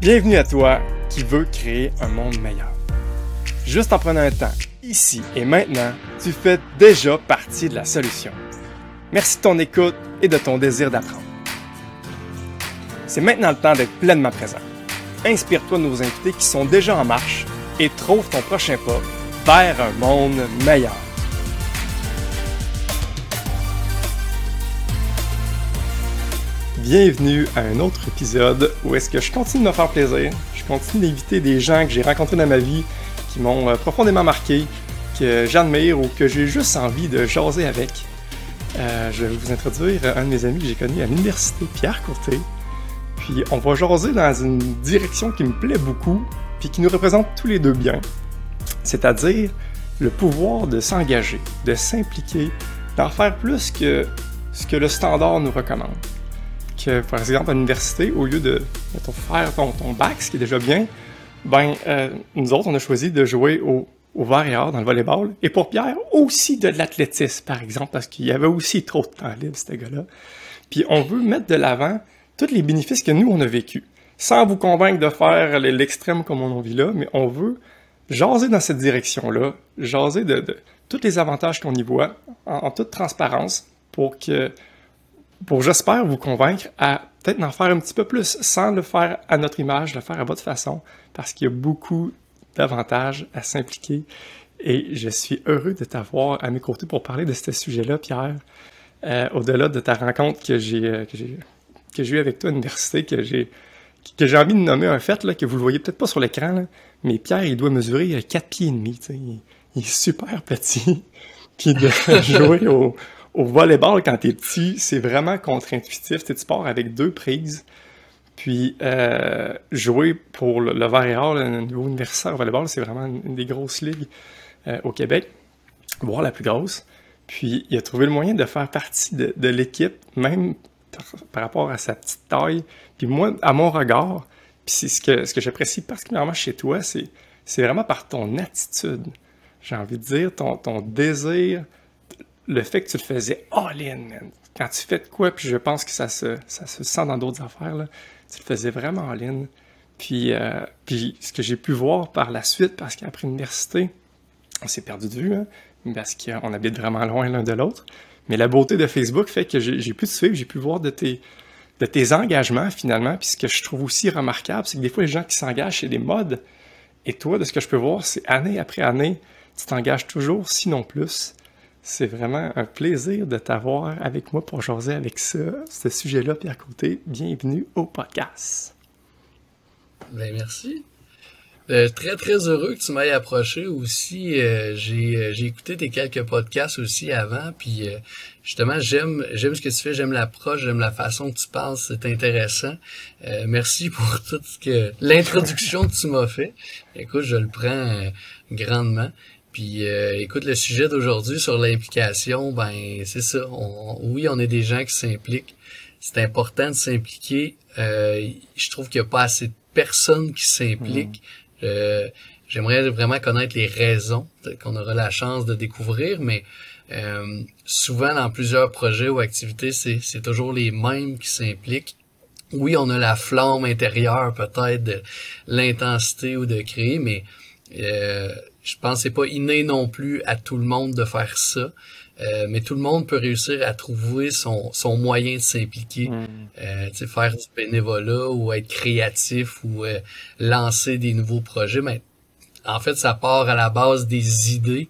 Bienvenue à toi qui veux créer un monde meilleur. Juste en prenant un temps, ici et maintenant, tu fais déjà partie de la solution. Merci de ton écoute et de ton désir d'apprendre. C'est maintenant le temps d'être pleinement présent. Inspire-toi de nos invités qui sont déjà en marche et trouve ton prochain pas vers un monde meilleur. Bienvenue à un autre épisode où est-ce que je continue de me faire plaisir, je continue d'inviter des gens que j'ai rencontrés dans ma vie, qui m'ont profondément marqué, que j'admire ou que j'ai juste envie de jaser avec. Je vais vous introduire un de mes amis que j'ai connu à l'université, Pierre Côté. Puis on va jaser dans une direction qui me plaît beaucoup, puis qui nous représente tous les deux bien. C'est-à-dire le pouvoir de s'engager, de s'impliquer, d'en faire plus que ce que le standard nous recommande. Que, par exemple, à l'université, au lieu de faire ton bac, ce qui est déjà bien, nous autres, on a choisi de jouer au verre et or dans le volleyball. Et pour Pierre, aussi de l'athlétisme, par exemple, parce qu'il y avait aussi trop de temps libre, ce gars-là. Puis on veut mettre de l'avant tous les bénéfices que nous, on a vécu. Sans vous convaincre de faire l'extrême comme on en vit là, mais on veut jaser dans cette direction-là, jaser de tous les avantages qu'on y voit, en toute transparence, pour j'espère vous convaincre à peut-être en faire un petit peu plus, sans le faire à notre image, le faire à votre façon, parce qu'il y a beaucoup d'avantages à s'impliquer. Et je suis heureux de t'avoir à mes côtés pour parler de ce sujet-là, Pierre. Au-delà de ta rencontre que j'ai eue avec toi à l'université, que j'ai envie de nommer un fait, là, que vous le voyez peut-être pas sur l'écran, là, mais Pierre, il doit mesurer 4 pieds et demi. Il est super petit. Puis de jouer au volleyball, quand t'es petit, c'est vraiment contre-intuitif. Tu pars avec 2 prises, puis jouer pour le verre et or, le niveau universitaire au volleyball, c'est vraiment une des grosses ligues au Québec, voire la plus grosse. Puis il a trouvé le moyen de faire partie de l'équipe, même par rapport à sa petite taille. Puis moi, à mon regard, puis c'est ce que j'apprécie particulièrement chez toi, c'est vraiment par ton attitude. J'ai envie de dire, ton désir, le fait que tu le faisais all-in, man. Quand tu fais de quoi, puis je pense que ça se sent dans d'autres affaires, là, tu le faisais vraiment all-in. Puis ce que j'ai pu voir par la suite, parce qu'après l'université, on s'est perdu de vue, hein, parce qu'on habite vraiment loin l'un de l'autre. Mais la beauté de Facebook fait que j'ai pu te suivre, j'ai pu voir de tes engagements, finalement. Puis ce que je trouve aussi remarquable, c'est que des fois, les gens qui s'engagent, c'est des modes. Et toi, de ce que je peux voir, c'est année après année, tu t'engages toujours, sinon plus. C'est vraiment un plaisir de t'avoir avec moi pour jaser avec ce sujet-là, Pierre Côté. Bienvenue au podcast. Ben merci. Très très heureux que tu m'aies approché aussi. J'ai écouté tes quelques podcasts aussi avant, puis justement j'aime ce que tu fais, j'aime l'approche, j'aime la façon que tu parles, c'est intéressant. Merci pour l'introduction que tu m'as fait. Écoute, je le prends grandement. Puis, écoute, le sujet d'aujourd'hui sur l'implication, c'est ça. Oui, on est des gens qui s'impliquent. C'est important de s'impliquer. Je trouve qu'il n'y a pas assez de personnes qui s'impliquent. J'aimerais vraiment connaître les raisons qu'on aura la chance de découvrir, mais souvent dans plusieurs projets ou activités, c'est toujours les mêmes qui s'impliquent. Oui, on a la flamme intérieure peut-être de l'intensité ou de créer, mais je pense que c'est pas inné non plus à tout le monde de faire ça, mais tout le monde peut réussir à trouver son moyen de s'impliquer, faire du bénévolat ou être créatif ou lancer des nouveaux projets. Mais en fait, ça part à la base des idées.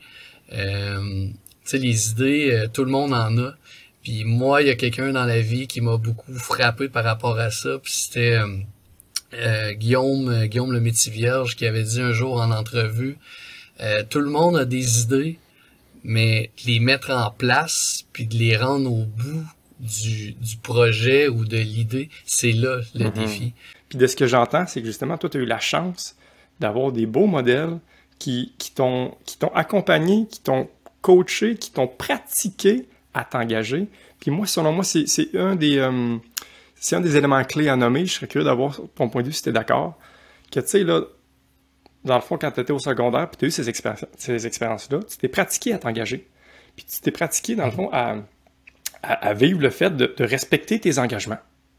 Les idées, tout le monde en a. Puis moi, il y a quelqu'un dans la vie qui m'a beaucoup frappé par rapport à ça. Puis c'était Guillaume le Métis-Vierge qui avait dit un jour en entrevue, tout le monde a des idées, mais de les mettre en place puis de les rendre au bout du projet ou de l'idée, c'est là le défi. Puis de ce que j'entends, c'est que justement, toi, tu as eu la chance d'avoir des beaux modèles qui t'ont accompagné, qui t'ont coaché, qui t'ont pratiqué à t'engager. Puis moi, selon moi, c'est un des éléments clés à nommer. Je serais curieux d'avoir ton point de vue si tu es d'accord. Que tu sais, là, dans le fond, quand tu étais au secondaire, puis tu as eu ces expériences-là, tu t'es pratiqué à t'engager. Puis tu t'es pratiqué, dans le fond, à vivre le fait de respecter tes engagements.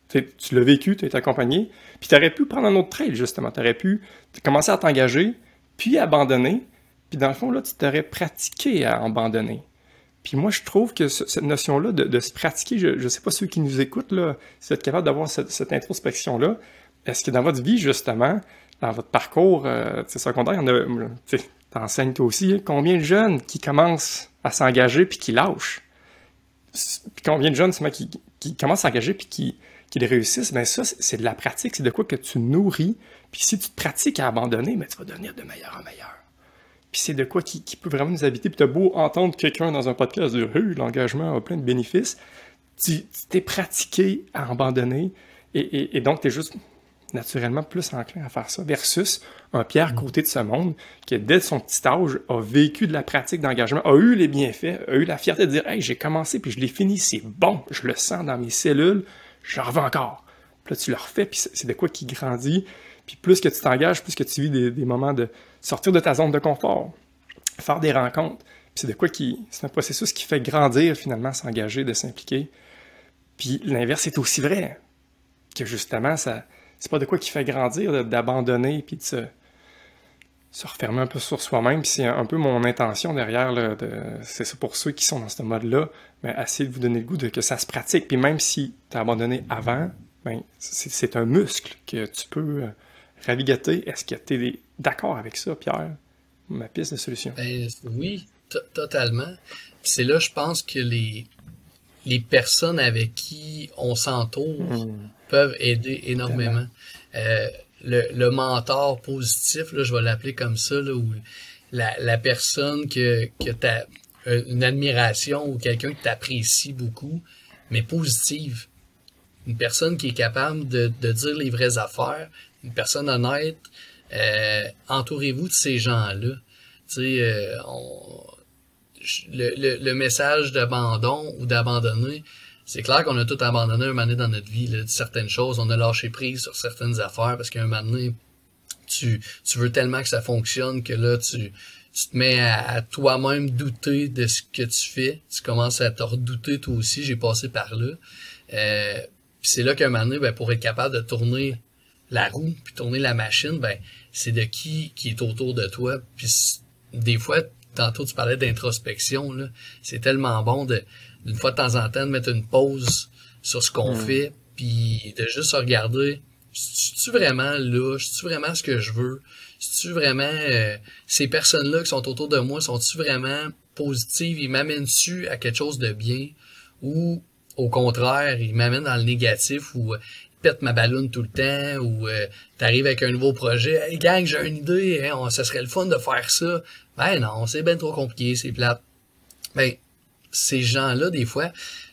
Tu l'as vécu, tu as été accompagné, puis tu aurais pu prendre un autre trail, justement. Tu aurais pu commencer à t'engager, puis abandonner, puis dans le fond, là, tu t'aurais pratiqué à abandonner. Puis moi, je trouve que cette notion-là de se pratiquer, je ne sais pas ceux qui nous écoutent, là, si vous êtes capable d'avoir cette introspection-là, est-ce que dans votre vie, justement, dans votre parcours secondaire, il y en a, tu t'enseignes toi aussi, hein, combien de jeunes qui commencent à s'engager puis qui lâchent? Puis combien de jeunes qui commencent à s'engager puis qui les réussissent? Bien ça, c'est de la pratique, c'est de quoi que tu nourris. Puis si tu te pratiques à abandonner, bien, tu vas devenir de meilleur en meilleur. Puis c'est de quoi qui peut vraiment nous habiter. Puis t'as beau entendre quelqu'un dans un podcast dire « Hey, l'engagement a plein de bénéfices », tu t'es pratiqué à abandonner et donc t'es juste naturellement plus enclin à faire ça versus un Pierre Côté de ce monde qui, dès son petit âge, a vécu de la pratique d'engagement, a eu les bienfaits, a eu la fierté de dire « Hey, j'ai commencé puis je l'ai fini, c'est bon, je le sens dans mes cellules, j'en veux encore. » Puis là, tu le refais puis c'est de quoi qui grandit. Puis plus que tu t'engages, plus que tu vis des moments de sortir de ta zone de confort, faire des rencontres. Puis c'est de quoi c'est un processus qui fait grandir finalement, s'engager, de s'impliquer. Puis l'inverse est aussi vrai, que justement, c'est pas de quoi qui fait grandir, d'abandonner puis de se refermer un peu sur soi-même. Puis c'est un peu mon intention derrière, là, c'est ça pour ceux qui sont dans ce mode-là, mais essayer de vous donner le goût de que ça se pratique. Puis même si tu as abandonné avant, ben, c'est un muscle que tu peux ravigoter. Est-ce que tu es d'accord avec ça, Pierre? Ma piste de solution. Ben, oui, totalement. Puis c'est là, je pense que les personnes avec qui on s'entoure peuvent aider énormément. Le mentor positif, là, je vais l'appeler comme ça, là, où la personne que t'as une admiration ou quelqu'un que tu apprécies beaucoup, mais positive. Une personne qui est capable de dire les vraies affaires, une personne honnête. Entourez-vous de ces gens-là. Tu sais, le message d'abandon ou d'abandonner, c'est clair qu'on a tout abandonné un moment donné dans notre vie, là, certaines choses, on a lâché prise sur certaines affaires parce qu'à un moment donné, tu veux tellement que ça fonctionne que là, tu te mets à toi-même douter de ce que tu fais. Tu commences à te redouter toi aussi, j'ai passé par là. Puis c'est là qu'à un moment donné, ben, pour être capable de tourner la roue, puis tourner la machine, ben c'est de qui est autour de toi. Puis des fois, tantôt tu parlais d'introspection, là, c'est tellement bon d'une fois de temps en temps de mettre une pause sur ce qu'on fait, puis de juste regarder, suis-tu vraiment là, suis-tu vraiment ce que je veux, suis-tu vraiment ces personnes-là qui sont autour de moi, sont-tu vraiment positives, ils m'amènent-tu à quelque chose de bien, ou au contraire, ils m'amènent dans le négatif, ou pète ma balloune tout le temps, ou t'arrives avec un nouveau projet, hey gang, j'ai une idée, hein, ça serait le fun de faire ça. Ben non, c'est bien trop compliqué, c'est plate. Ben, ces gens-là, des fois,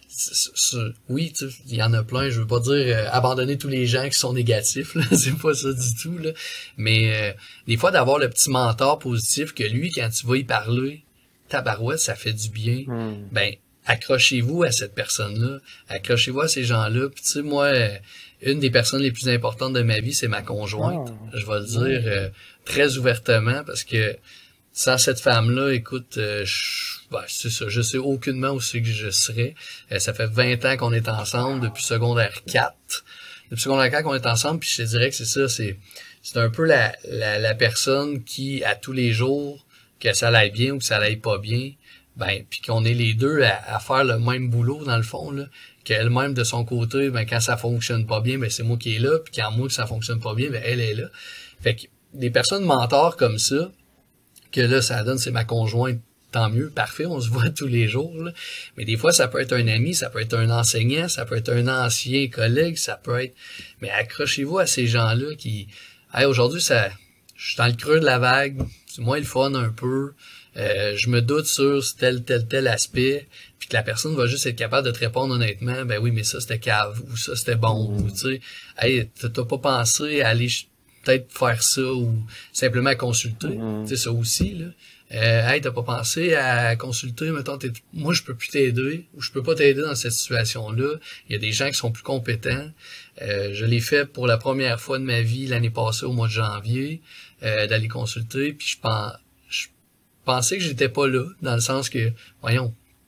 oui, il y en a plein, je veux pas dire abandonner tous les gens qui sont négatifs, là, c'est pas ça du tout, là. Mais des fois, d'avoir le petit mentor positif que lui, quand tu vas y parler, tabarouette, ça fait du bien. Ben, accrochez-vous à cette personne-là, accrochez-vous à ces gens-là. Puis tu sais, moi, une des personnes les plus importantes de ma vie, c'est ma conjointe. Je vais le dire très ouvertement parce que sans cette femme-là, écoute, c'est ça, je sais aucunement où c'est que je serais. Ça fait 20 ans qu'on est ensemble, depuis secondaire 4. Depuis secondaire 4 qu'on est ensemble, puis je te dirais que c'est ça, c'est un peu la personne qui, à tous les jours, que ça l'aille bien ou que ça l'aille pas bien, ben, puis qu'on est les deux à faire le même boulot, dans le fond, là, qu'elle-même, de son côté, ben, quand ça fonctionne pas bien, ben, c'est moi qui est là, puis quand moi, que ça fonctionne pas bien, ben, elle est là. Fait que, des personnes mentors comme ça, que là, ça donne, c'est ma conjointe, tant mieux, parfait, on se voit tous les jours, là. Mais des fois, ça peut être un ami, ça peut être un enseignant, ça peut être un ancien collègue, ça peut être, mais accrochez-vous à ces gens-là qui, hey, aujourd'hui, je suis dans le creux de la vague, c'est moins le fun un peu, je me doute sur tel aspect, puis que la personne va juste être capable de te répondre honnêtement, ben oui, mais ça c'était cave, ou ça c'était bon, ou tu sais, hey, t'as pas pensé à aller peut-être faire ça, ou simplement à consulter, tu sais, ça aussi, là. Hey, t'as pas pensé à consulter, mettons, moi je peux plus t'aider, ou je peux pas t'aider dans cette situation-là. Il y a des gens qui sont plus compétents. Je l'ai fait pour la première fois de ma vie l'année passée au mois de janvier, d'aller consulter, puis je pensais que j'étais pas là, dans le sens que, voyons,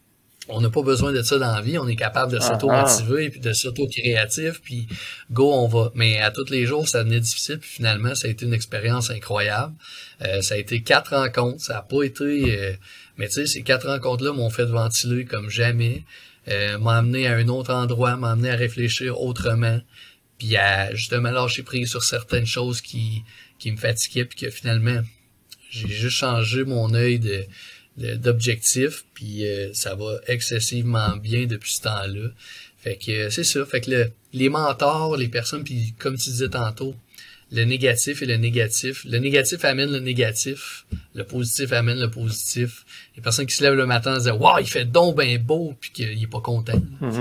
on n'a pas besoin de ça dans la vie, on est capable de s'auto-motiver, puis de s'auto-créatif, puis go, on va. Mais à tous les jours, ça devenait difficile, puis finalement, ça a été une expérience incroyable. Ça a été 4 rencontres, ça a pas été... mais tu sais, ces 4 rencontres-là m'ont fait ventiler comme jamais, m'ont amené à un autre endroit, m'ont amené à réfléchir autrement, puis à justement lâcher prise sur certaines choses qui me fatiguaient, puis que finalement, j'ai juste changé mon œil d'objectif, puis ça va excessivement bien depuis ce temps-là. Fait que c'est ça. Fait que les mentors, les personnes, puis comme tu disais tantôt, le négatif et le négatif. Le négatif amène le négatif. Le positif amène le positif. Les personnes qui se lèvent le matin et disent « Wow, il fait donc bien beau » puis qu'il est pas content.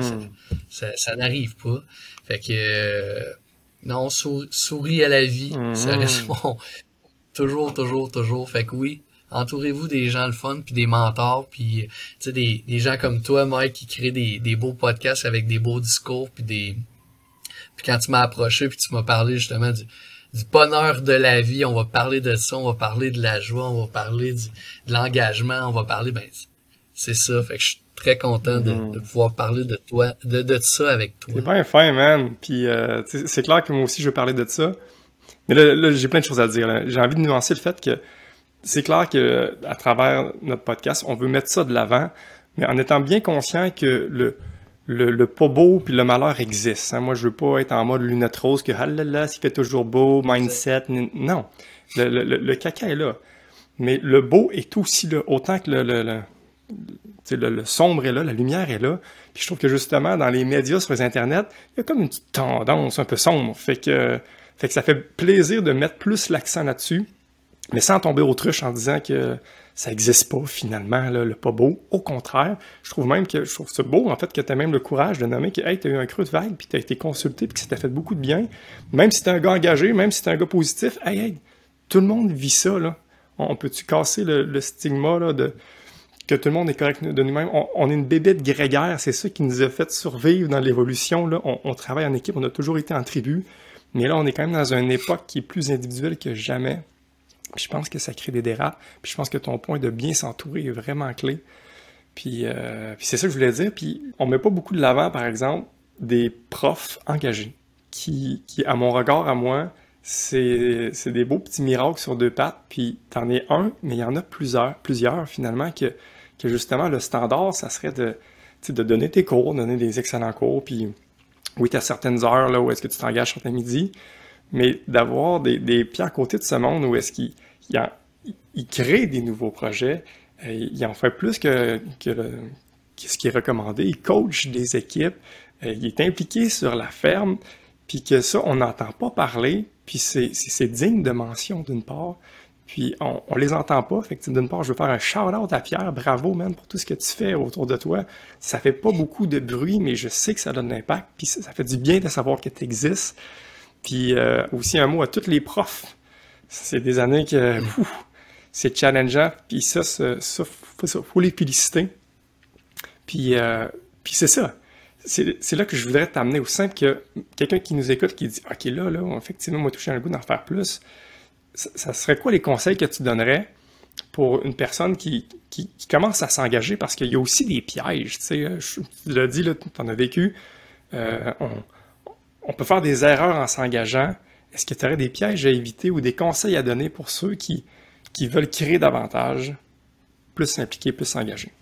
Ça n'arrive pas. Fait que non, souris à la vie. Ça reste bon. Toujours. Fait que oui, entourez-vous des gens le fun, puis des mentors, puis tu sais, des gens comme toi, Mike, qui créent des beaux podcasts avec des beaux discours, puis quand tu m'as approché, puis tu m'as parlé justement du bonheur de la vie, on va parler de ça, on va parler de la joie, on va parler de l'engagement, on va parler, c'est ça. Fait que je suis très content de pouvoir parler de toi, de ça avec toi. C'est bien fin, man. Puis c'est clair que moi aussi, je veux parler de ça. Mais là j'ai plein de choses à dire. Là. J'ai envie de nuancer le fait que c'est clair que à travers notre podcast, on veut mettre ça de l'avant, mais en étant bien conscient que le pas beau puis le malheur existe. Hein. Moi, je veux pas être en mode lunettes roses que ah là là, s'il fait toujours beau, mindset. Non, le caca est là. Mais le beau est aussi là, autant que le sombre est là, la lumière est là. Puis je trouve que justement, dans les médias, sur les internets, il y a comme une petite tendance un peu sombre. Fait que ça fait plaisir de mettre plus l'accent là-dessus, mais sans tomber aux truches en disant que ça n'existe pas finalement, là, le pas beau. Au contraire, je trouve ça beau en fait que tu as même le courage de nommer que hey, tu as eu un creux de vague, puis tu as été consulté, puis que ça t'a fait beaucoup de bien. Même si tu es un gars engagé, même si tu es un gars positif, hey, tout le monde vit ça. Là. On peut-tu casser le stigma là, que tout le monde est correct de nous-mêmes? On est une bébête grégaire, c'est ça qui nous a fait survivre dans l'évolution. Là. On travaille en équipe, on a toujours été en tribu, mais là, on est quand même dans une époque qui est plus individuelle que jamais. Puis je pense que ça crée des dérapes. Puis je pense que ton point de bien s'entourer est vraiment clé. Puis c'est ça que je voulais dire. Puis on met pas beaucoup de l'avant, par exemple, des profs engagés qui à mon regard, à moi, c'est des beaux petits miracles sur 2 pattes. Puis t'en es un, mais il y en a plusieurs finalement, que justement, le standard, ça serait de donner tes cours, donner des excellents cours. Puis oui, t'as certaines heures là où est-ce que tu t'engages sur ta midi, mais d'avoir des pieds à côté de ce monde où est-ce qu'il crée des nouveaux projets, il en fait plus que ce qui est recommandé, il coach des équipes, il est impliqué sur la ferme, puis que ça, on n'entend pas parler, puis c'est digne de mention d'une part, puis on les entend pas, fait que d'une part, je veux faire un shout-out à Pierre, bravo man pour tout ce que tu fais autour de toi, ça fait pas beaucoup de bruit, mais je sais que ça donne l'impact, puis ça fait du bien de savoir que tu existes. Puis aussi un mot à tous les profs. C'est des années que c'est challengeant. Puis ça, faut les féliciter. Puis c'est ça. C'est là que je voudrais t'amener au simple que quelqu'un qui nous écoute, qui dit « Ok, là, effectivement, moi, touché un goût d'en faire plus. » Ça serait quoi les conseils que tu donnerais pour une personne qui commence à s'engager? Parce qu'il y a aussi des pièges. Tu sais, tu l'as dit, là, tu en as vécu. On peut faire des erreurs en s'engageant. Est-ce que tu aurais des pièges à éviter ou des conseils à donner pour ceux qui veulent créer davantage, plus s'impliquer, plus s'engager?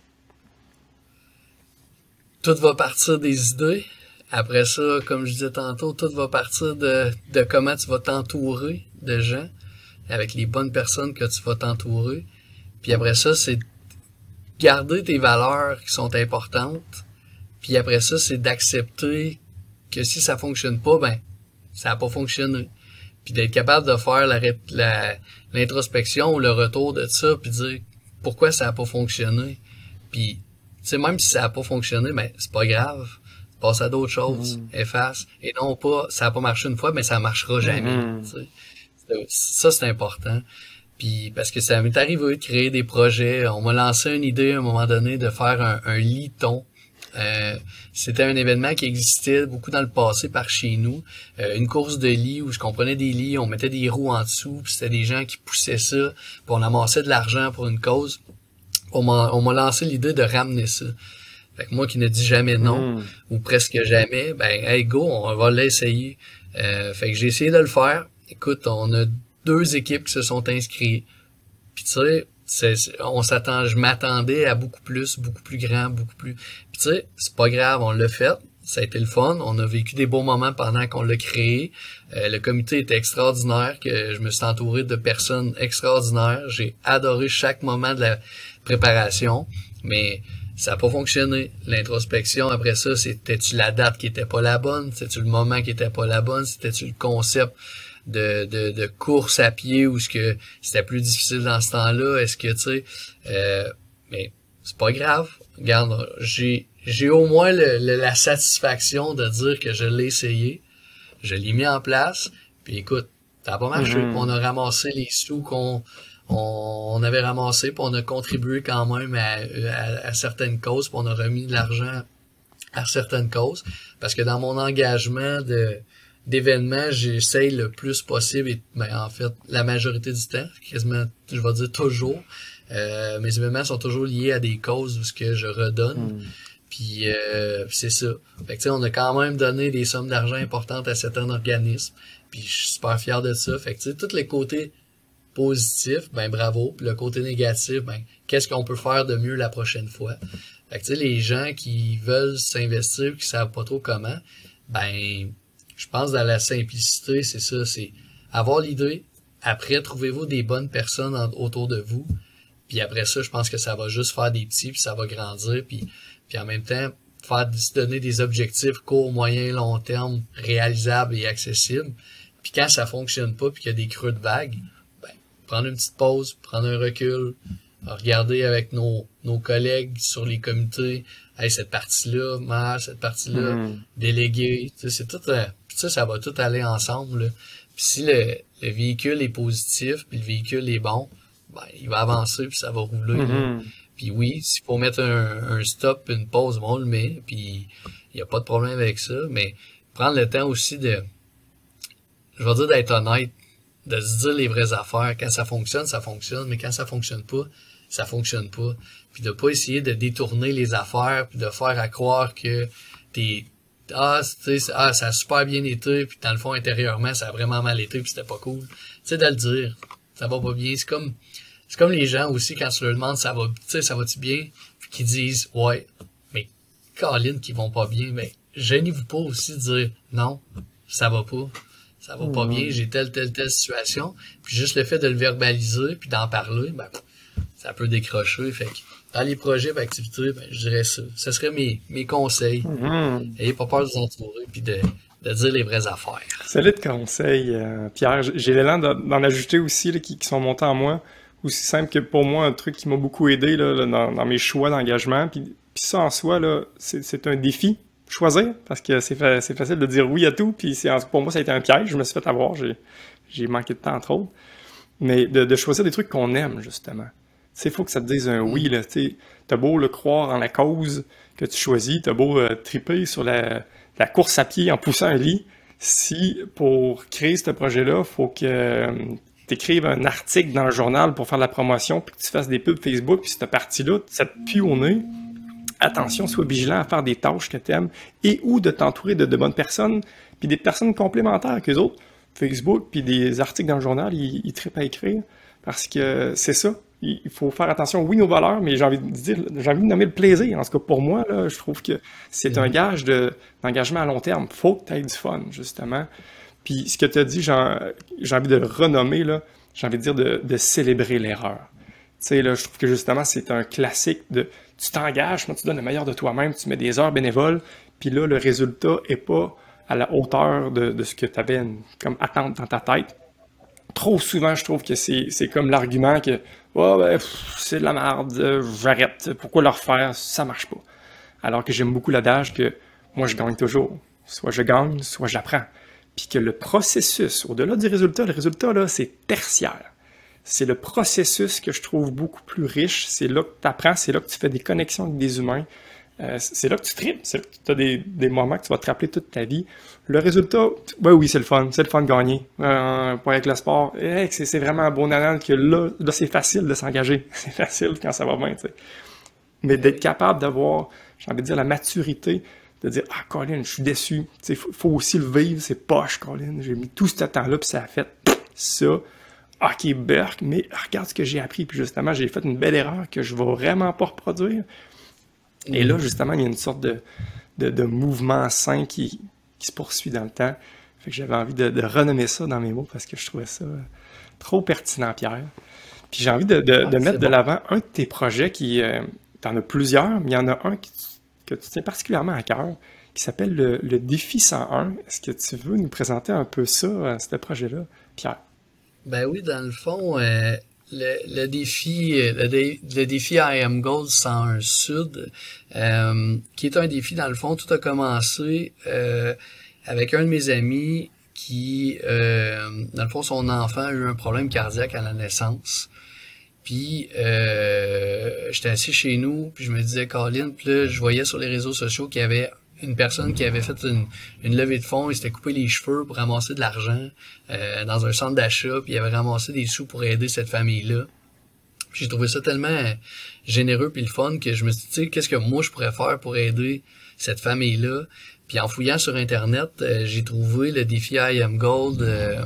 Tout va partir des idées. Après ça, comme je disais tantôt, tout va partir de comment tu vas t'entourer de gens, avec les bonnes personnes que tu vas t'entourer. Puis après ça, c'est garder tes valeurs qui sont importantes. Puis après ça, c'est d'accepter que si ça fonctionne pas, ça n'a pas fonctionné. Puis d'être capable de faire l'introspection ou le retour de ça, puis dire pourquoi ça n'a pas fonctionné. Puis, tu sais, même si ça n'a pas fonctionné, c'est pas grave. Passe à d'autres choses, efface. Et non pas, ça n'a pas marché une fois, mais ça marchera jamais. Ça, c'est important. Puis, parce que ça m'est arrivé de créer des projets. On m'a lancé une idée à un moment donné de faire un liton. C'était un événement qui existait beaucoup dans le passé par chez nous, une course de lits où je comprenais des lits, on mettait des roues en dessous, puis c'était des gens qui poussaient ça, puis on amassait de l'argent pour une cause. On m'a lancé l'idée de ramener ça. Fait que moi qui ne dis jamais non, ou presque jamais, ben hey go, on va l'essayer. Fait que j'ai essayé de le faire. Écoute, on a 2 équipes qui se sont inscrites. Puis tu sais, je m'attendais à beaucoup plus grand, beaucoup plus. Puis tu sais, c'est pas grave, on l'a fait. Ça a été le fun. On a vécu des beaux moments pendant qu'on l'a créé. Le comité était extraordinaire, que je me suis entouré de personnes extraordinaires. J'ai adoré chaque moment de la préparation, mais ça n'a pas fonctionné. L'introspection, après ça, c'était-tu la date qui était pas la bonne? C'était-tu le moment qui était pas la bonne? C'était-tu le concept de course à pied ou ce que c'était plus difficile dans ce temps-là? Est-ce que, tu sais, mais c'est pas grave. Regarde, j'ai au moins la satisfaction de dire que je l'ai essayé. Je l'ai mis en place. Puis écoute, ça a pas marché. On a ramassé les sous qu'on avait ramassés, puis on a contribué quand même à certaines causes, puis on a remis de l'argent à certaines causes. Parce que dans mon engagement d'événements, j'essaye le plus possible, et ben, en fait, la majorité du temps, quasiment, je vais dire toujours, mes événements sont toujours liés à des causes où ce que je redonne. Puis c'est ça. Fait que tu sais, on a quand même donné des sommes d'argent importantes à certains organismes. Puis je suis super fier de ça. Fait que tu sais, tous les côtés positifs, ben bravo. Puis le côté négatif, ben qu'est-ce qu'on peut faire de mieux la prochaine fois? Fait que tu sais, les gens qui veulent s'investir, qui savent pas trop comment, ben je pense dans la simplicité, c'est ça, c'est avoir l'idée. Après, trouvez-vous des bonnes personnes autour de vous. Puis après ça, je pense que ça va juste faire des petits, puis ça va grandir, puis en même temps, se donner des objectifs court, moyen, long terme, réalisables et accessibles. Puis quand ça fonctionne pas, puis qu'il y a des creux de vague, ben, prendre une petite pause, prendre un recul, regarder avec nos collègues sur les comités, hey, cette partie-là, cette partie-là, déléguer, tu sais, c'est tout, ça va tout aller ensemble, là. Puis si le véhicule est positif, puis le véhicule est bon, ben, il va avancer, puis ça va rouler, là. Puis oui, s'il faut mettre un stop, une pause, on le met, puis il n'y a pas de problème avec ça, mais prendre le temps aussi je vais dire d'être honnête, de se dire les vraies affaires. Quand ça fonctionne, mais quand ça fonctionne pas, ça fonctionne pas. Puis de pas essayer de détourner les affaires, puis de faire à croire que ça a super bien été, puis dans le fond, intérieurement, ça a vraiment mal été, puis c'était pas cool. Tu sais, de le dire, ça va pas bien, c'est comme les gens aussi, quand tu leur demandes ça va-tu bien, puis qu'ils disent ouais, mais Colin qui vont pas bien, mais gênez-vous pas aussi de dire non, ça va pas bien, j'ai telle situation, puis juste le fait de le verbaliser puis d'en parler, ben ça peut décrocher. Fait que dans les projets, activités, ben je dirais ça. Ce serait mes conseils. Ayez pas peur de vous entourer puis de dire les vraies affaires. Solide conseil, Pierre. J'ai l'élan d'en ajouter aussi là, qui sont montés en moi. Aussi simple que pour moi, un truc qui m'a beaucoup aidé là, dans mes choix d'engagement. Puis ça en soi, là, c'est un défi. Choisir, parce que c'est facile de dire oui à tout. Puis pour moi, ça a été un piège. Je me suis fait avoir. J'ai manqué de temps, entre autres. Mais de choisir des trucs qu'on aime, justement. Tu sais, il faut que ça te dise un oui. Là, t'as beau le croire en la cause que tu choisis. T'as beau triper sur la course à pied en poussant un lit. Si, pour créer ce projet-là, faut que t'écrives un article dans le journal pour faire de la promotion, puis que tu fasses des pubs Facebook, puis cette partie-là, ça te pue au nez. Attention, sois vigilant à faire des tâches que tu aimes et ou de t'entourer de bonnes personnes, puis des personnes complémentaires qu'eux autres. Facebook, puis des articles dans le journal, ils trippent à écrire, parce que c'est ça. Il faut faire attention, oui, nos valeurs, mais j'ai envie de nommer le plaisir. En tout cas, pour moi, là, je trouve que c'est un gage d'engagement à long terme. Faut que tu aies du fun, justement. Puis ce que tu as dit, j'ai envie de le renommer, là, j'ai envie de dire de célébrer l'erreur. Tu sais, là, je trouve que justement, c'est un classique tu t'engages, tu donnes le meilleur de toi-même, tu mets des heures bénévoles, puis là, le résultat est pas à la hauteur de ce que tu avais comme attente dans ta tête. Trop souvent, je trouve que c'est comme l'argument que c'est de la merde, j'arrête, pourquoi le refaire, ça marche pas. Alors que j'aime beaucoup l'adage que moi, je gagne toujours. Soit je gagne, soit j'apprends. Puis que le processus, au-delà du résultat, le résultat, là, c'est tertiaire. C'est le processus que je trouve beaucoup plus riche. C'est là que tu apprends, c'est là que tu fais des connexions avec des humains. C'est là que tu tripes, c'est là que tu as des moments que tu vas te rappeler toute ta vie. Le résultat, oui, c'est le fun de gagner. Pour avec le sport, c'est vraiment un bon nanan que là, c'est facile de s'engager. C'est facile quand ça va bien, tu sais. Mais d'être capable d'avoir j'ai envie de dire, la maturité de dire « Ah, Colin, je suis déçu. Tu sais, faut aussi le vivre, c'est poche, Colin. J'ai mis tout ce temps-là, puis ça a fait ça. OK, Burk, mais regarde ce que j'ai appris. Puis justement, j'ai fait une belle erreur que je vais vraiment pas reproduire. » Et là, justement, il y a une sorte de mouvement sain qui se poursuit dans le temps. Fait que j'avais envie de renommer ça dans mes mots parce que je trouvais ça trop pertinent, Pierre. Puis j'ai envie de mettre de l'avant un de tes projets qui... t'en as plusieurs, mais il y en a un que tu tiens particulièrement à cœur, qui s'appelle le Défi 101. Est-ce que tu veux nous présenter un peu ça, ce projet-là, Pierre? Ben oui, dans le fond, le défi I Am Gold 101 Sud, qui est un défi, dans le fond, tout a commencé avec un de mes amis qui, dans le fond, son enfant a eu un problème cardiaque à la naissance. Puis j'étais assis chez nous, puis je me disais, Colin, puis là, je voyais sur les réseaux sociaux qu'il y avait une personne qui avait fait une levée de fonds, il s'était coupé les cheveux pour ramasser de l'argent dans un centre d'achat, puis il avait ramassé des sous pour aider cette famille-là. Puis j'ai trouvé ça tellement généreux puis le fun que je me suis dit, tu sais, qu'est-ce que moi je pourrais faire pour aider cette famille-là? Puis en fouillant sur Internet, j'ai trouvé le défi I Am Gold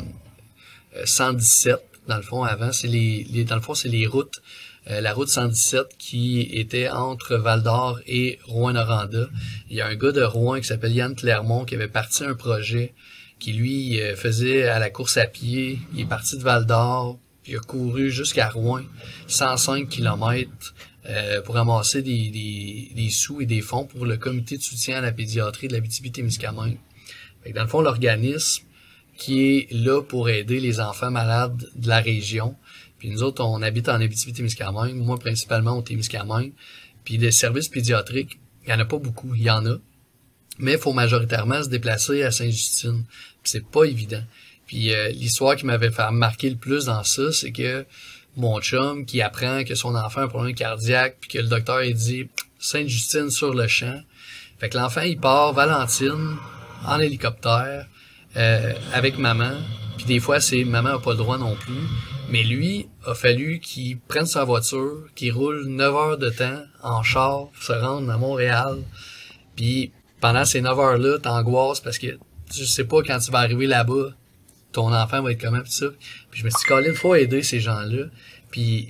117. Dans le fond, avant, c'est les routes. La route 117 qui était entre Val-d'Or et Rouyn-Noranda. Il y a un gars de Rouen qui s'appelle Yann Clermont qui avait parti un projet qui, lui, faisait à la course à pied. Il est parti de Val-d'Or, puis il a couru jusqu'à Rouen, 105 km pour ramasser des sous et des fonds pour le comité de soutien à la pédiatrie de l'Abitibi-Témiscamingue. Fait que dans le fond, l'organisme qui est là pour aider les enfants malades de la région. Puis nous autres, on habite en Abitibi-Témiscamingue, moi principalement au Témiscamingue. Puis des services pédiatriques, il y en a pas beaucoup, il y en a. Mais il faut majoritairement se déplacer à Sainte-Justine. Puis c'est pas évident. Puis l'histoire qui m'avait fait marquer le plus dans ça, c'est que mon chum qui apprend que son enfant a un problème cardiaque, puis que le docteur il dit Sainte-Justine sur le champ. Fait que l'enfant il part Valentine en hélicoptère avec maman. Puis des fois c'est maman a pas le droit non plus. Mais lui, a fallu qu'il prenne sa voiture, qu'il roule 9 heures de temps en char pour se rendre à Montréal. Puis pendant ces 9 heures-là, t'angoisses parce que tu sais pas quand tu vas arriver là-bas, ton enfant va être comment pis ça. Puis je me suis dit, Colin, faut aider ces gens-là. Puis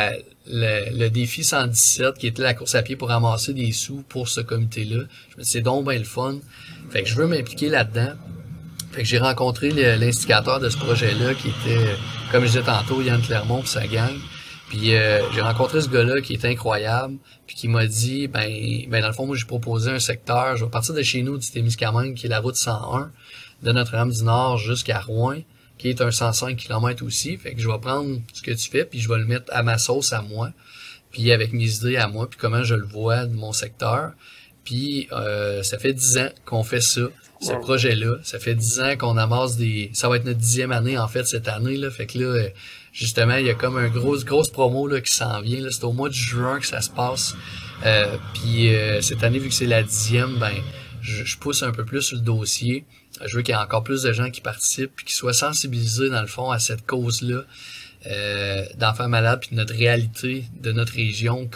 le défi 117, qui était la course à pied pour ramasser des sous pour ce comité-là, je me suis dit, c'est donc bien le fun. Fait que je veux m'impliquer là-dedans. Fait que j'ai rencontré l'instigateur de ce projet-là, qui était, comme je disais tantôt, Yann Clermont pis sa gang. Puis j'ai rencontré ce gars-là qui est incroyable, puis qui m'a dit, ben dans le fond, moi j'ai proposé un secteur, je vais partir de chez nous du Témiscamingue, qui est la route 101, de Notre-Dame-du-Nord jusqu'à Rouen, qui est un 105 km aussi. Fait que je vais prendre ce que tu fais, puis je vais le mettre à ma sauce à moi, puis avec mes idées à moi, puis comment je le vois de mon secteur. Puis ça fait 10 ans qu'on fait ça. Ce projet-là, ça fait 10 ans qu'on amasse ça va être notre 10e année, en fait, cette année, là. Fait que là, justement, il y a comme un grosse promo, là, qui s'en vient, là. C'est au mois de juin que ça se passe. Puis cette année, vu que c'est la 10e, ben, je pousse un peu plus sur le dossier. Je veux qu'il y ait encore plus de gens qui participent puis qui soient sensibilisés, dans le fond, à cette cause-là, d'enfants malades puis de notre réalité, de notre région,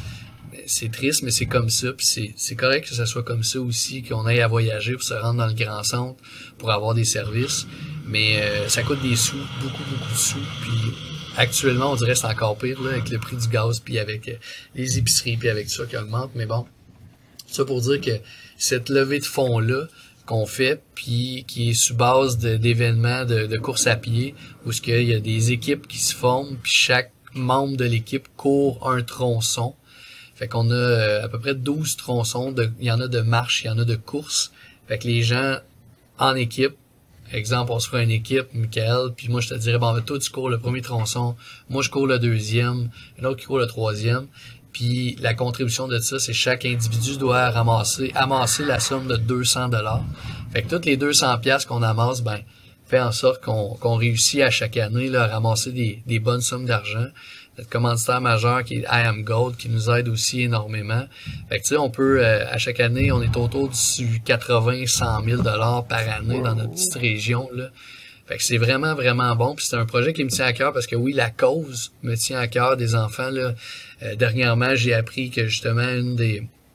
c'est triste, mais c'est comme ça, puis c'est correct que ça soit comme ça aussi, qu'on aille à voyager pour se rendre dans le grand centre, pour avoir des services, mais ça coûte des sous, beaucoup de sous, puis actuellement, on dirait que c'est encore pire, là, avec le prix du gaz, puis avec les épiceries, puis avec tout ça qui augmente, mais bon, ça pour dire que cette levée de fonds-là qu'on fait, puis qui est sous base d'événements de course à pied, où ce qu'il y a des équipes qui se forment, puis chaque membre de l'équipe court un tronçon. Fait qu'on a à peu près 12 tronçons. Il y en a de marche, il y en a de course. Fait que les gens en équipe, exemple, on se fera une équipe, Michael, puis moi je te dirais, bon, toi tu cours le premier tronçon, moi je cours le deuxième, l'autre qui court le troisième. Puis la contribution de ça, c'est chaque individu doit amasser la somme de 200 $. Fait que toutes les 200 piastres qu'on amasse, ben, fait en sorte qu'on réussit à chaque année là, à ramasser des bonnes sommes d'argent. Notre commanditaire majeur qui est I Am Gold qui nous aide aussi énormément. Fait que tu sais, on peut à chaque année, on est autour du 80-100 000 $ par année dans notre petite région là. Fait que c'est vraiment vraiment bon. Puis c'est un projet qui me tient à cœur parce que oui, la cause me tient à cœur des enfants là. Dernièrement, j'ai appris que justement une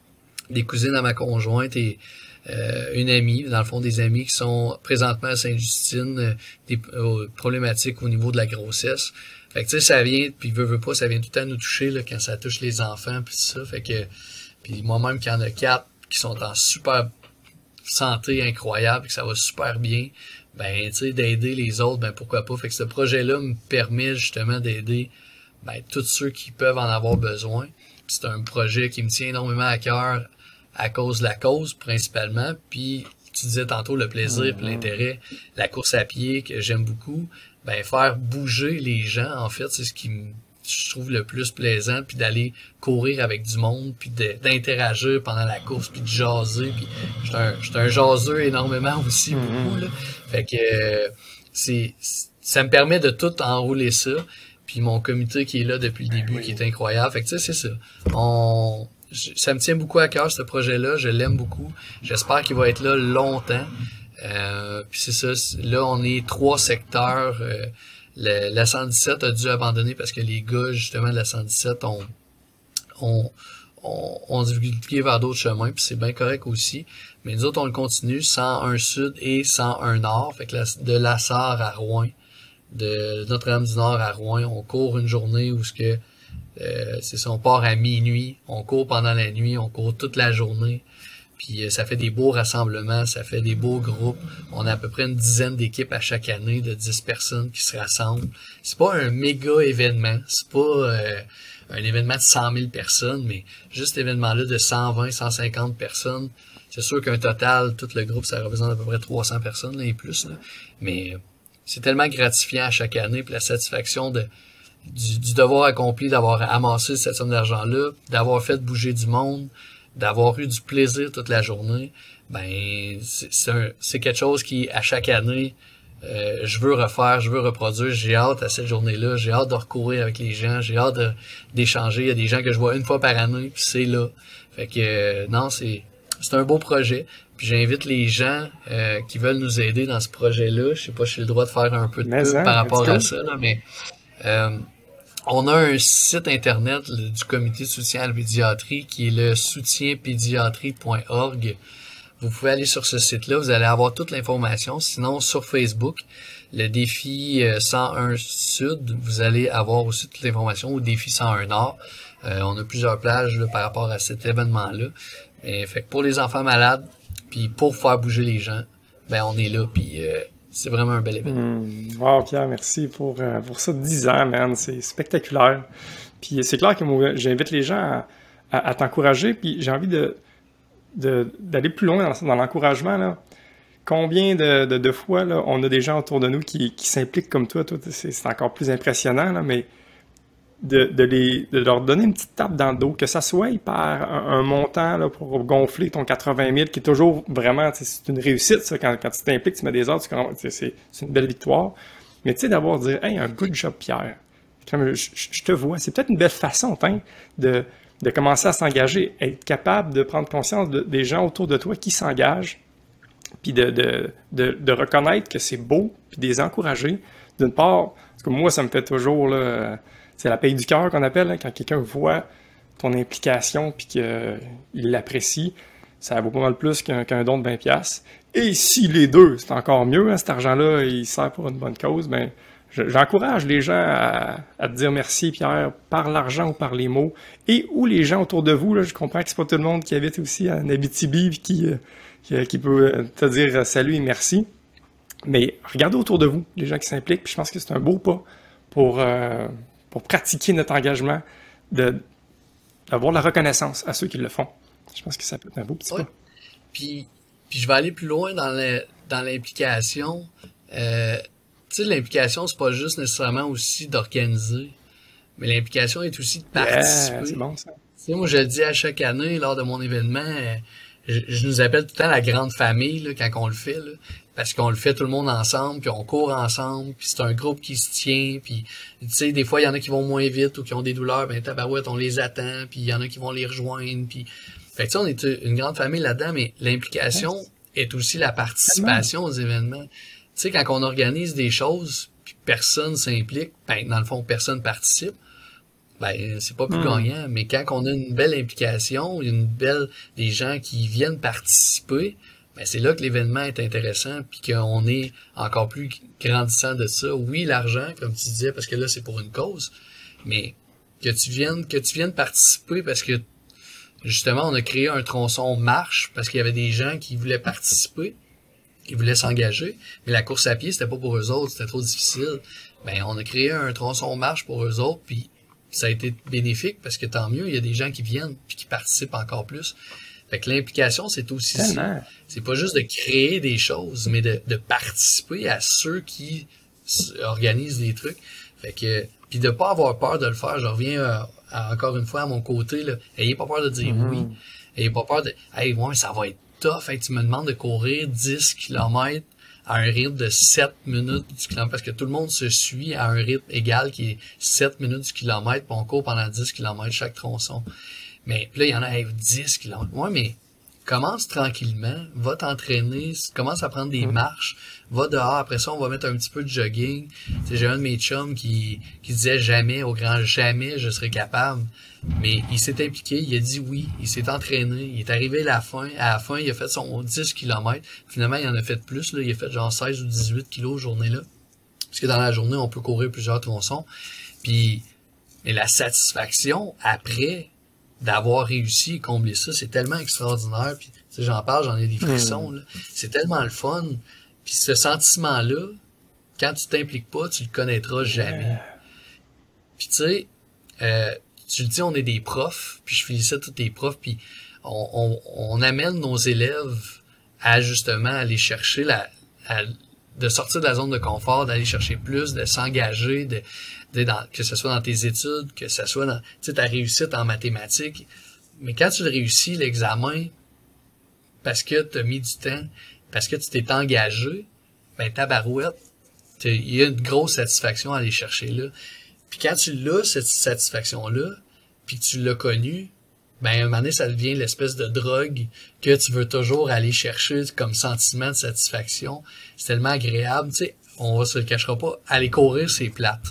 des cousines à ma conjointe et une amie, dans le fond des amis qui sont présentement à Sainte-Justine, des problématiques au niveau de la grossesse. Fait que tu sais, ça vient, puis veut pas, ça vient tout le temps nous toucher là, quand ça touche les enfants puis ça. Fait que puis moi-même qui en a 4 qui sont en super santé incroyable, que ça va super bien, ben tu sais, d'aider les autres, ben pourquoi pas. Fait que ce projet-là me permet justement d'aider tous ceux qui peuvent en avoir besoin. Puis c'est un projet qui me tient énormément à cœur à cause de la cause principalement, puis tu disais tantôt le plaisir puis l'intérêt, la course à pied que j'aime beaucoup, ben faire bouger les gens, en fait, c'est ce qui je trouve le plus plaisant, puis d'aller courir avec du monde, puis d'interagir pendant la course, puis de jaser, puis j'étais un jaseux énormément aussi, beaucoup, là. Fait que ça me permet de tout enrouler ça, puis mon comité qui est là depuis le début, qui est incroyable. Fait que tu sais, c'est ça. Ça me tient beaucoup à cœur, ce projet-là. Je l'aime beaucoup. J'espère qu'il va être là longtemps. Puis c'est ça. Là, on est 3 secteurs. La 117 a dû abandonner parce que les gars, justement, de la 117 ont divulgué vers d'autres chemins. Puis c'est bien correct aussi. Mais nous autres, on le continue. 101 Sud et 101 Nord. Fait que de La Sarre à Rouyn. De Notre-Dame-du-Nord à Rouyn. On court une journée où c'est ça, on part à minuit, on court pendant la nuit, on court toute la journée, puis ça fait des beaux rassemblements, ça fait des beaux groupes. On a à peu près une dizaine d'équipes à chaque année de 10 personnes qui se rassemblent. C'est pas un méga événement, c'est pas un événement de 100 000 personnes, mais juste cet événement-là de 120, 150 personnes, c'est sûr qu'un total, tout le groupe, ça représente à peu près 300 personnes là, et plus, là. Mais c'est tellement gratifiant à chaque année, puis la satisfaction du devoir accompli, d'avoir amassé cette somme d'argent-là, d'avoir fait bouger du monde, d'avoir eu du plaisir toute la journée, ben c'est quelque chose qui, à chaque année, je veux refaire, je veux reproduire, j'ai hâte à cette journée-là, j'ai hâte de recourir avec les gens, j'ai hâte d'échanger. Il y a des gens que je vois une fois par année, puis c'est là. Fait que non, c'est un beau projet. Puis j'invite les gens qui veulent nous aider dans ce projet-là. Je sais pas si j'ai le droit de faire un peu de pub par rapport à ça, là, mais on a un site internet du comité de soutien à la pédiatrie qui est le soutienpédiatrie.org. Vous pouvez aller sur ce site-là, vous allez avoir toute l'information. Sinon, sur Facebook, le défi 101 Sud, vous allez avoir aussi toute l'information, ou défi 101 Nord. On a plusieurs plages là, par rapport à cet événement-là. Fait que pour les enfants malades, puis pour faire bouger les gens, ben on est là, puis c'est vraiment un bel événement. Wow, Pierre, merci pour ça. 10 ans, man, c'est spectaculaire. Puis c'est clair que moi, j'invite les gens à t'encourager, puis j'ai envie d'aller plus loin dans l'encouragement, là. Combien de fois là, on a des gens autour de nous qui s'impliquent comme toi, c'est encore plus impressionnant, là, mais de leur donner une petite tape dans le dos, que ça soit par un montant là, pour gonfler ton 80 000, qui est toujours vraiment, c'est une réussite, ça, quand tu t'impliques, tu mets des heures, c'est une belle victoire. Mais tu sais, d'avoir dire, hey, un good job, Pierre. Comme je te vois, c'est peut-être une belle façon, hein, de commencer à s'engager, être capable de prendre conscience des gens autour de toi qui s'engagent, puis de reconnaître que c'est beau, puis de les encourager. D'une part, parce que moi, ça me fait toujours, là, c'est la paye du cœur qu'on appelle, hein, quand quelqu'un voit ton implication puis qu'il l'apprécie, ça vaut pas mal plus qu'un don de 20$. Et si les deux, c'est encore mieux, hein, cet argent-là, il sert pour une bonne cause, ben j'encourage les gens à te dire merci, Pierre, par l'argent ou par les mots. Et ou les gens autour de vous, là, je comprends que c'est pas tout le monde qui habite aussi en Abitibi et qui peut te dire salut et merci. Mais regardez autour de vous, les gens qui s'impliquent, puis je pense que c'est un beau pas pour pratiquer notre engagement, d'avoir de la reconnaissance à ceux qui le font. Je pense que ça peut être un beau petit pas. Puis je vais aller plus loin dans l'implication. Tu sais, l'implication, c'est pas juste nécessairement aussi d'organiser, mais l'implication est aussi de participer. Yeah, c'est bon, ça. Tu sais, moi, je le dis à chaque année, lors de mon événement, je nous appelle tout le temps la grande famille, là, quand on le fait, là, parce qu'on le fait tout le monde ensemble, puis on court ensemble, puis c'est un groupe qui se tient, puis tu sais, des fois, il y en a qui vont moins vite ou qui ont des douleurs, ben tabarouette, on les attend, puis il y en a qui vont les rejoindre, puis... Fait que tu sais, on est une grande famille là-dedans, mais l'implication est aussi la participation aux événements. Tu sais, quand on organise des choses, puis personne s'implique, ben dans le fond, personne participe, ben c'est pas plus gagnant. Mais quand on a une belle implication, des gens qui viennent participer, ben c'est là que l'événement est intéressant, puis qu'on est encore plus grandissant de ça. Oui, l'argent, comme tu disais, parce que là c'est pour une cause, mais que tu viennes participer parce que justement on a créé un tronçon marche parce qu'il y avait des gens qui voulaient participer, qui voulaient s'engager, mais la course à pied c'était pas pour eux autres, c'était trop difficile. Ben on a créé un tronçon marche pour eux autres, puis ça a été bénéfique parce que tant mieux, il y a des gens qui viennent puis qui participent encore plus. Fait que l'implication, c'est aussi ça. C'est pas juste de créer des choses, mais de participer à ceux qui organisent des trucs. Fait que, puis de pas avoir peur de le faire. Je reviens encore une fois à mon côté, là. Ayez pas peur de dire oui. Ayez pas peur de, hey, ouais, ça va être tough. Hey, tu me demandes de courir 10 km à un rythme de 7 minutes du kilomètre, parce que tout le monde se suit à un rythme égal qui est 7 minutes du kilomètre, puis on court pendant 10 km chaque tronçon. Mais là, il y en a 10 km. Ouais, mais commence tranquillement, va t'entraîner, commence à prendre des marches, va dehors, après ça, on va mettre un petit peu de jogging. Tu sais, j'ai un de mes chums qui disait jamais, au grand jamais, je serais capable. Mais il s'est impliqué, il a dit oui, il s'est entraîné, il est arrivé à la fin, il a fait son 10 km. Finalement, il en a fait plus, là, il a fait genre 16 ou 18 kilos journée-là. Parce que dans la journée, on peut courir plusieurs tronçons. Puis, mais la satisfaction après d'avoir réussi et combler ça, c'est tellement extraordinaire. Puis, tu sais, j'en parle, j'en ai des frissons, là. C'est tellement le fun. Puis ce sentiment-là, quand tu t'impliques pas, tu le connaîtras jamais. Puis tu sais, tu le dis, on est des profs, puis je félicite tous les profs, puis on amène nos élèves à justement aller chercher de sortir de la zone de confort, d'aller chercher plus, de s'engager, que ce soit dans tes études, que ce soit dans ta réussite en mathématiques. Mais quand tu le réussis, l'examen, parce que tu as mis du temps, parce que tu t'es engagé, ben tabarouette, il y a une grosse satisfaction à aller chercher là. Puis quand tu l'as, cette satisfaction-là, puis que tu l'as connue, ben à un moment donné, ça devient l'espèce de drogue que tu veux toujours aller chercher comme sentiment de satisfaction. C'est tellement agréable, tu sais, on se le cachera pas, aller courir, c'est plate.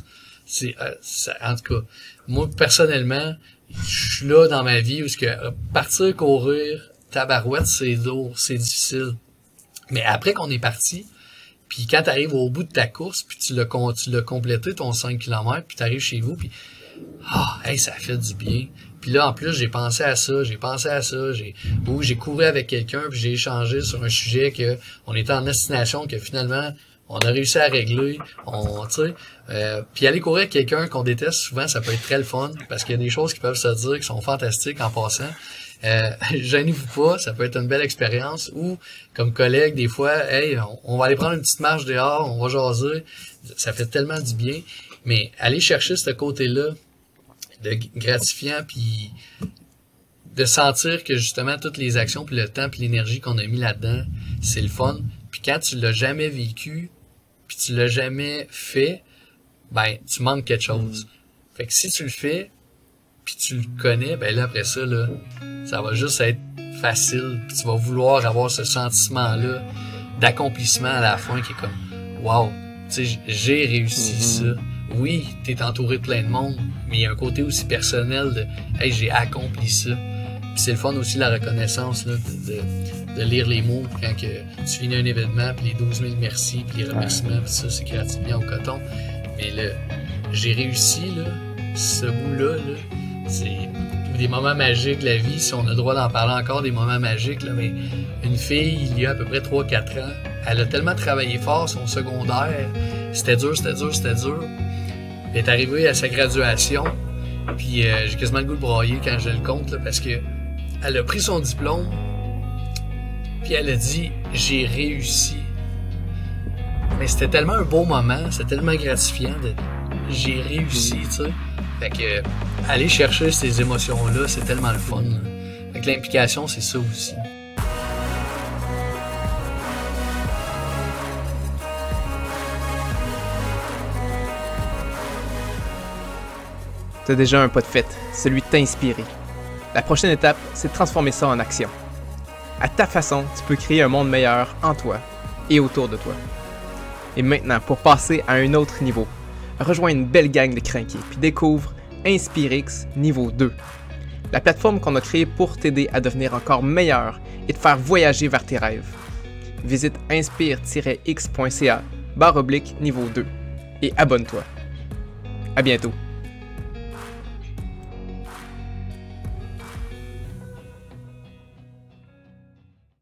En tout cas, moi, personnellement, je suis là dans ma vie où partir courir, tabarouette, c'est lourd, c'est difficile. Mais après qu'on est parti, puis quand t'arrives au bout de ta course, puis tu l'as complété, ton 5 km, puis t'arrives chez vous, puis ça fait du bien. Puis là, en plus, j'ai pensé à ça, j'ai couru avec quelqu'un, puis j'ai échangé sur un sujet que on était en destination, que finalement, on a réussi à régler, puis aller courir avec quelqu'un qu'on déteste, souvent, ça peut être très le fun, parce qu'il y a des choses qui peuvent se dire qui sont fantastiques en passant. Gênez-vous pas, ça peut être une belle expérience. Ou comme collègue, des fois, on va aller prendre une petite marche dehors, on va jaser, ça fait tellement du bien. Mais aller chercher ce côté-là de gratifiant, puis de sentir que justement toutes les actions, puis le temps, puis l'énergie qu'on a mis là-dedans, c'est le fun. Puis quand tu l'as jamais vécu, puis tu l'as jamais fait, ben tu manques quelque chose. Fait que si tu le fais, puis tu le connais, ben là après ça, là, ça va juste être facile, puis tu vas vouloir avoir ce sentiment-là d'accomplissement à la fin qui est comme wow, tu sais, j'ai réussi ça. Oui, t'es entouré de plein de monde, mais il y a un côté aussi personnel de hey, j'ai accompli ça. Puis c'est le fun aussi la reconnaissance là, de lire les mots quand que tu finis un événement, puis les 12 000 merci, puis les remerciements, puis ça, c'est gratifiant au coton. Mais là, j'ai réussi, là, ce bout-là, là, c'est des moments magiques de la vie, si on a le droit d'en parler encore, des moments magiques, là, mais une fille, il y a à peu près 3-4 ans, elle a tellement travaillé fort, son secondaire, c'était dur. Elle est arrivée à sa graduation, puis j'ai quasiment le goût de brailler quand je le compte, là, parce que elle a pris son diplôme, puis elle a dit « j'ai réussi ». Mais c'était tellement un beau moment, c'était tellement gratifiant de « j'ai réussi », tu sais. Fait que aller chercher ces émotions-là, c'est tellement le fun. Là. Fait que l'implication, c'est ça aussi. T'as déjà un pas de fait, celui de t'inspirer. La prochaine étape, c'est de transformer ça en action. À ta façon, tu peux créer un monde meilleur en toi et autour de toi. Et maintenant, pour passer à un autre niveau, rejoins une belle gang de crinqués puis découvre InspireX Niveau 2, la plateforme qu'on a créée pour t'aider à devenir encore meilleur et te faire voyager vers tes rêves. Visite inspire-x.ca/niveau 2 et abonne-toi. À bientôt.